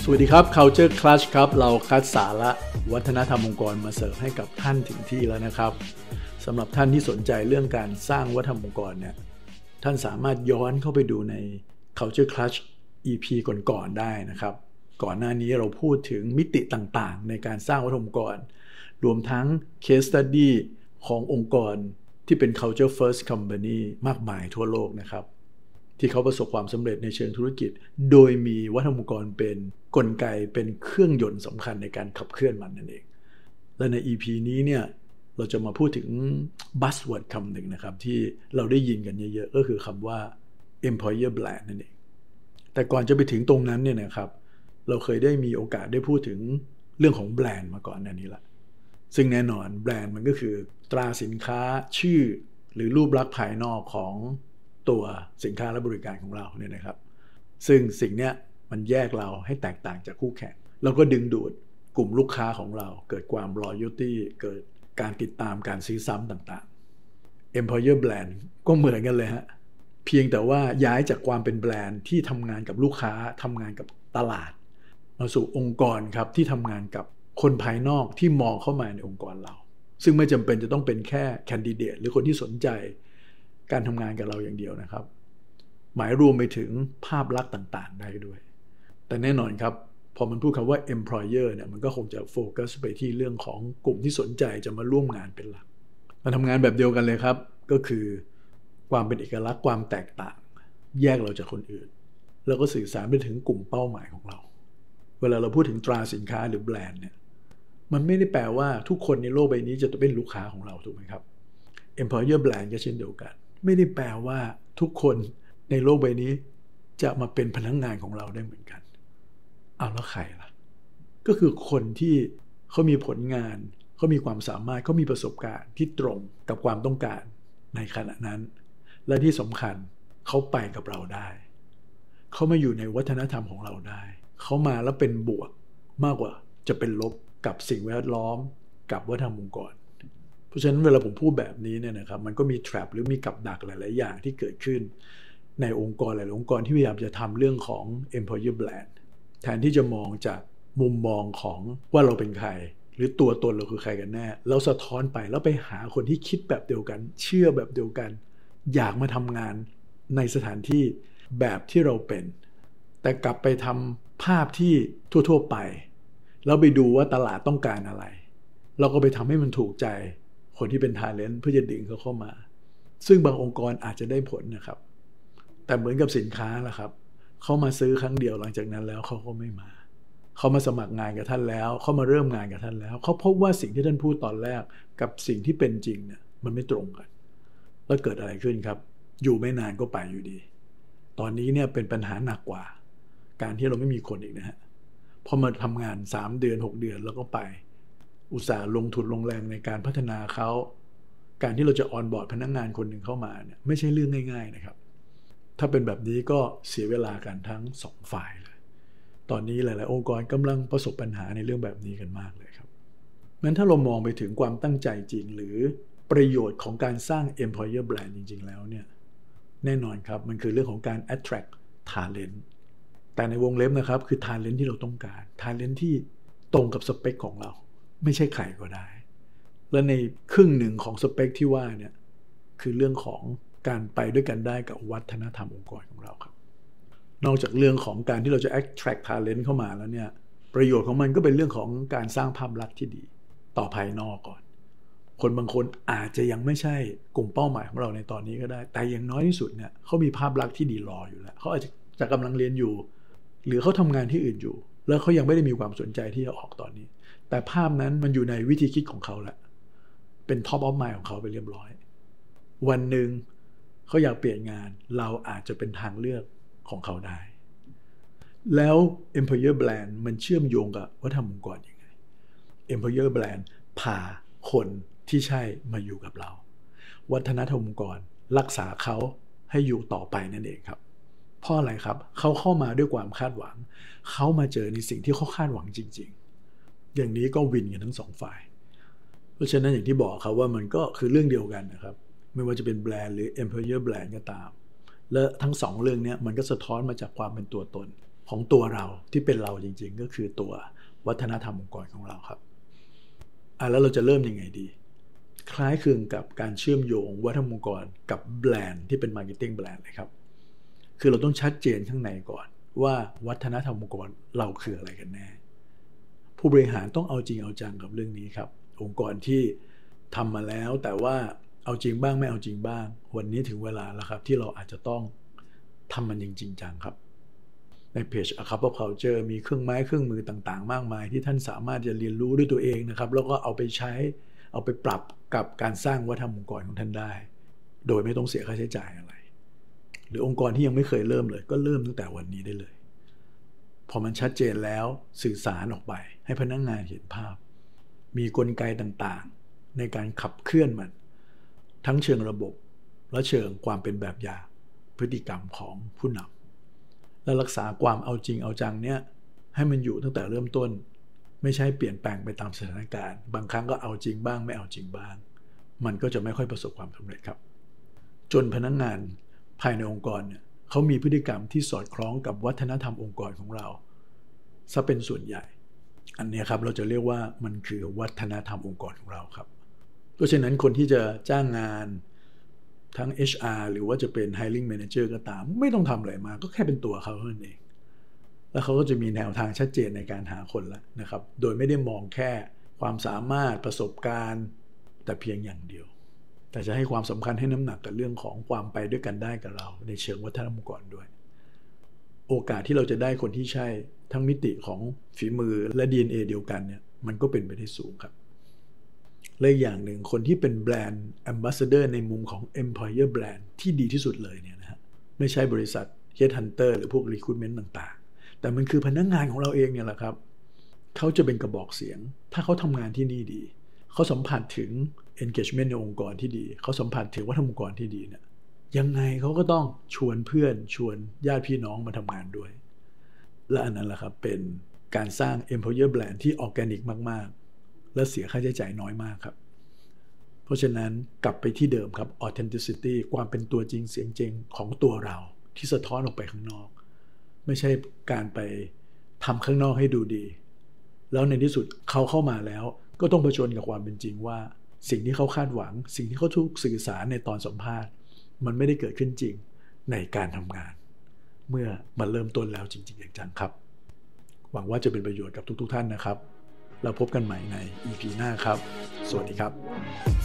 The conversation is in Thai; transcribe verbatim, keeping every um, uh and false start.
สวัสดีครับ Culture Clash ครับเราคัดสาระวัฒนธรรมองค์กรมาเสิร์ฟให้กับท่านถึงที่แล้วนะครับสำหรับท่านที่สนใจเรื่องการสร้างวัฒนธรรมองค์กรเนี่ยท่านสามารถย้อนเข้าไปดูใน Culture Clash อี พี ก่อนๆได้นะครับก่อนหน้านี้เราพูดถึงมิติต่างๆในการสร้างวัฒนธรรมองค์กรรวมทั้ง Case Study ขององค์กรที่เป็น Culture First Company มากมายทั่วโลกนะครับที่เขาประสบความสำเร็จในเชิงธุรกิจโดยมีวัฒนธรรมองค์กรเป็นกลไกเป็นเครื่องยนต์สำคัญในการขับเคลื่อนมันนั่นเองและใน อี พี นี้เนี่ยเราจะมาพูดถึง buzzword คำหนึ่งนะครับที่เราได้ยินกันเยอะๆก็คือคำว่า employer brand นั่นเองแต่ก่อนจะไปถึงตรงนั้นเนี่ยนะครับเราเคยได้มีโอกาสได้พูดถึงเรื่องของแบรนด์มาก่อนหน้านี้ละซึ่งแน่นอนแบรนด์มันก็คือตราสินค้าชื่อหรือรูปลักษณ์ภายนอกของตัวสินค้าและบริการของเราเนี่ยนะครับซึ่งสิ่งเนี้ยมันแยกเราให้แตกต่างจากคู่แข่งแล้วก็ดึงดูดกลุ่มลูกค้าของเราเกิดความ loyalty เกิดการติดตามการซื้อซ้ำต่างๆ Employer Brand ก็เหมือนกันเลยฮะเพียงแต่ว่าย้ายจากความเป็นแบรนด์ที่ทำงานกับลูกค้าทำงานกับตลาดมาสู่องค์กรครับที่ทำงานกับคนภายนอกที่มองเข้ามาในองค์กรเราซึ่งไม่จำเป็นจะต้องเป็นแค่แคนดิเดตหรือคนที่สนใจการทำงานกับเราอย่างเดียวนะครับหมายรวมไปถึงภาพลักษณ์ต่างๆได้ด้วยแต่แน่นอนครับพอมันพูดคำว่า employer เนี่ยมันก็คงจะโฟกัสไปที่เรื่องของกลุ่มที่สนใจจะมาร่วมงานเป็นหลักมาทำงานแบบเดียวกันเลยครับก็คือความเป็นเอกลักษณ์ความแตกต่างแยกเราจากคนอื่นแล้วก็สื่อสารไปถึงกลุ่มเป้าหมายของเราเวลาเราพูดถึงตราสินค้าหรือแบรนด์เนี่ยมันไม่ได้แปลว่าทุกคนในโลกใบนี้จะเป็นลูกค้าของเราถูกไหมครับ employer brand ก็เช่นเดียวกันไม่ได้แปลว่าทุกคนในโลกใบนี้จะมาเป็นพนักงานของเราได้เหมือนกันเอาแล้วใครล่ะก็คือคนที่เขามีผลงานเขามีความสามารถเขามีประสบการณ์ที่ตรงกับความต้องการในขณะนั้นและที่สำคัญเขาไปกับเราได้เขามาอยู่ในวัฒนธรรมของเราได้เขามาแล้วเป็นบวกมากกว่าจะเป็นลบกับสิ่งแวดล้อมกับวัฒนธรรมองค์กรเพราะฉะนั้นเวลาผมพูดแบบนี้เนี่ยนะครับมันก็มี trap หรือมีกับดักหลายๆอย่างที่เกิดขึ้นในองค์กรหลายๆองค์กรที่พยายามจะทำเรื่องของ employer brand แทนที่จะมองจากมุมมองของว่าเราเป็นใครหรือตัวตนเราคือใครกันแน่แล้วสะท้อนไปแล้วไปหาคนที่คิดแบบเดียวกันเชื่อแบบเดียวกันอยากมาทำงานในสถานที่แบบที่เราเป็นแต่กลับไปทำภาพที่ทั่วๆไปแล้วไปดูว่าตลาดต้องการอะไรเราก็ไปทำให้มันถูกใจคนที่เป็น talent เพื่อจะดึงเขาเข้ามาซึ่งบางองค์กรอาจจะได้ผลนะครับแต่เหมือนกับสินค้าล่ะครับเขามาซื้อครั้งเดียวหลังจากนั้นแล้วเขาก็ไม่มาเขามาสมัครงานกับท่านแล้วเขามาเริ่มงานกับท่านแล้วเขาพบว่าสิ่งที่ท่านพูดตอนแรกกับสิ่งที่เป็นจริงเนี่ยมันไม่ตรงกันแล้วเกิดอะไรขึ้นครับอยู่ไม่นานก็ไปอยู่ดีตอนนี้เนี่ยเป็นปัญหาหนักกว่าการที่เราไม่มีคนอีกนะฮะพอมาทำงานสามเดือนหกเดือนแล้วก็ไปอุตส่าห์ลงทุนลงแรงในการพัฒนาเขาการที่เราจะออนบอร์ดพนักงานคนหนึ่งเข้ามาเนี่ยไม่ใช่เรื่องง่ายๆนะครับถ้าเป็นแบบนี้ก็เสียเวลากันทั้งสองฝ่ายเลยตอนนี้หลายๆองค์กรกำลังประสบปัญหาในเรื่องแบบนี้กันมากเลยครับงั้นถ้าเรามองไปถึงความตั้งใจจริงหรือประโยชน์ของการสร้าง employer brand จริงๆแล้วเนี่ยแน่นอนครับมันคือเรื่องของการ attract talent แต่ในวงเล็บนะครับคือ talent ที่เราต้องการ talent ที่ตรงกับสเปคของเราไม่ใช่ใครก็ได้และในครึ่งหนึ่งของสเปคที่ว่าเนี่ยคือเรื่องของการไปด้วยกันได้กับวัฒนธรรมองค์กรของเราครับนอกจากเรื่องของการที่เราจะ attract talent เข้ามาแล้วเนี่ยประโยชน์ของมันก็เป็นเรื่องของการสร้างภาพลักษณ์ที่ดีต่อภายนอกก่อนคนบางคนอาจจะยังไม่ใช่กลุ่มเป้าหมายของเราในตอนนี้ก็ได้แต่อย่างน้อยที่สุดเนี่ยเขามีภาพลักษณ์ที่ดีรออยู่แล้วเขาอาจจะจะกำลังเรียนอยู่หรือเขาทำงานที่อื่นอยู่แล้วเขายังไม่ได้มีความสนใจที่จะออกตอนนี้แต่ภาพนั้นมันอยู่ในวิธีคิดของเขาแหละเป็น top of mind ของเขาไปเรียบร้อยวันหนึ่งเขาอยากเปลี่ยนงานเราอาจจะเป็นทางเลือกของเขาได้แล้ว employer brand มันเชื่อมโยงกับวัฒนธรรมองค์กรยังไง employer brand พาคนที่ใช่มาอยู่กับเราวัฒนธรรมองค์กรรักษาเขาให้อยู่ต่อไปนั่นเองครับเพราะอะไรครับเขาเข้ามาด้วยความคาดหวังเขามาเจอในสิ่งที่เขาคาดหวังจริงๆอย่างนี้ก็วินกันทั้งสองฝ่ายเพราะฉะนั้นอย่างที่บอกครับว่ามันก็คือเรื่องเดียวกันนะครับไม่ว่าจะเป็นแบรนด์หรือ employer brand ก็ตามและทั้งสองเรื่องนี้มันก็สะท้อนมาจากความเป็นตัวตนของตัวเราที่เป็นเราจริงๆก็คือตัววัฒนธรรมองค์กรของเราครับอ่ะแล้วเราจะเริ่มยังไงดีคล้ายคลึงกับการเชื่อมโยงวัฒนธรรมองค์กรกับแบรนด์ที่เป็นมาร์เก็ตติ้งแบรนด์เลยครับคือเราต้องชัดเจนข้างในก่อนว่าวัฒนธรรมองค์กรเราคืออะไรกันแน่ผู้บริหารต้องเอาจริงเอาจังกับเรื่องนี้ครับองค์กรที่ทำมาแล้วแต่ว่าเอาจริงบ้างไม่เอาจริงบ้างวันนี้ถึงเวลาแล้วครับที่เราอาจจะต้องทำมันจริงๆจังครับในเพจ A Cup of Culture มีเครื่องไม้เครื่องมือต่างๆมากมายที่ท่านสามารถจะเรียนรู้ด้วยตัวเองนะครับแล้วก็เอาไปใช้เอาไปปรับกับการสร้างวัฒนธรรมองค์กรของท่านได้โดยไม่ต้องเสียค่าใช้จ่ายอะไรหรือองค์กรที่ยังไม่เคยเริ่มเลยก็เริ่มตั้งแต่วันนี้ได้เลยพอมันชัดเจนแล้วสื่อสารออกไปให้พนักงานเห็นภาพมีกลไกต่างๆในการขับเคลื่อนมันทั้งเชิงระบบและเชิงความเป็นแบบอย่างพฤติกรรมของผู้นำและรักษาความเอาจริงเอาจังเนี่ยให้มันอยู่ตั้งแต่เริ่มต้นไม่ใช่เปลี่ยนแปลงไปตามสถานการณ์บางครั้งก็เอาจริงบ้างไม่เอาจริงบ้างมันก็จะไม่ค่อยประสบความสำเร็จครับจนพนักงานภายในองค์กรเนี่ยเขามีพฤติกรรมที่สอดคล้องกับวัฒนธรรมองค์กรของเราซะเป็นส่วนใหญ่อันนี้ครับเราจะเรียกว่ามันคือวัฒนธรรมองค์กรของเราครับเพราะฉะนั้นคนที่จะจ้างงานทั้ง เอช อาร์ หรือว่าจะเป็น hiring manager ก็ตามไม่ต้องทำอะไรมากก็แค่เป็นตัวเขาเท่านั้นเองแล้วเขาก็จะมีแนวทางชัดเจนในการหาคนแล้วนะครับโดยไม่ได้มองแค่ความสามารถประสบการณ์แต่เพียงอย่างเดียวแต่จะให้ความสำคัญให้น้ำหนักกับเรื่องของความไปด้วยกันได้กับเราในเชิงวัฒนธรรมองค์กรด้วยโอกาสที่เราจะได้คนที่ใช่ทั้งมิติของฝีมือและ ดี เอ็น เอ เดียวกันเนี่ยมันก็เป็นไปได้สูงครับและอย่างหนึ่งคนที่เป็นแบรนด์ Ambassador ในมุมของ Employer Brand ที่ดีที่สุดเลยเนี่ยนะฮะไม่ใช่บริษัท Headhunter หรือพวก Recruitment ต่างๆแต่มันคือพนักงานของเราเองเนี่ยแหละครับเขาจะเป็นกระบอกเสียงถ้าเขาทำงานที่นี่ดีเขาสัมผัสถึง engagement ในองค์กรที่ดีเขาสัมผัสถึงวัฒนธรรมองค์กรที่ดีเนี่ยยังไงเขาก็ต้องชวนเพื่อนชวนญาติพี่น้องมาทำงานด้วยและอันนั้นแหละครับเป็นการสร้าง Employer Brand ที่ organic มากๆและเสียค่าใช้จ่ายน้อยมากครับเพราะฉะนั้นกลับไปที่เดิมครับ authenticity ความเป็นตัวจริงเสียงจริงของตัวเราที่สะท้อนออกไปข้างนอกไม่ใช่การไปทำข้างนอกให้ดูดีแล้วในที่สุดเขาเข้ามาแล้วก็ต้องเผชิญกับความเป็นจริงว่าสิ่งที่เขาคาดหวังสิ่งที่เขาถูกสื่อสารในตอนสัมภาษณ์มันไม่ได้เกิดขึ้นจริงในการทำงานเมื่อมันเริ่มต้นแล้วจริงๆอย่างจังครับหวังว่าจะเป็นประโยชน์กับทุกๆท่านนะครับแล้วพบกันใหม่ใน อี พี หน้าครับสวัสดีครับ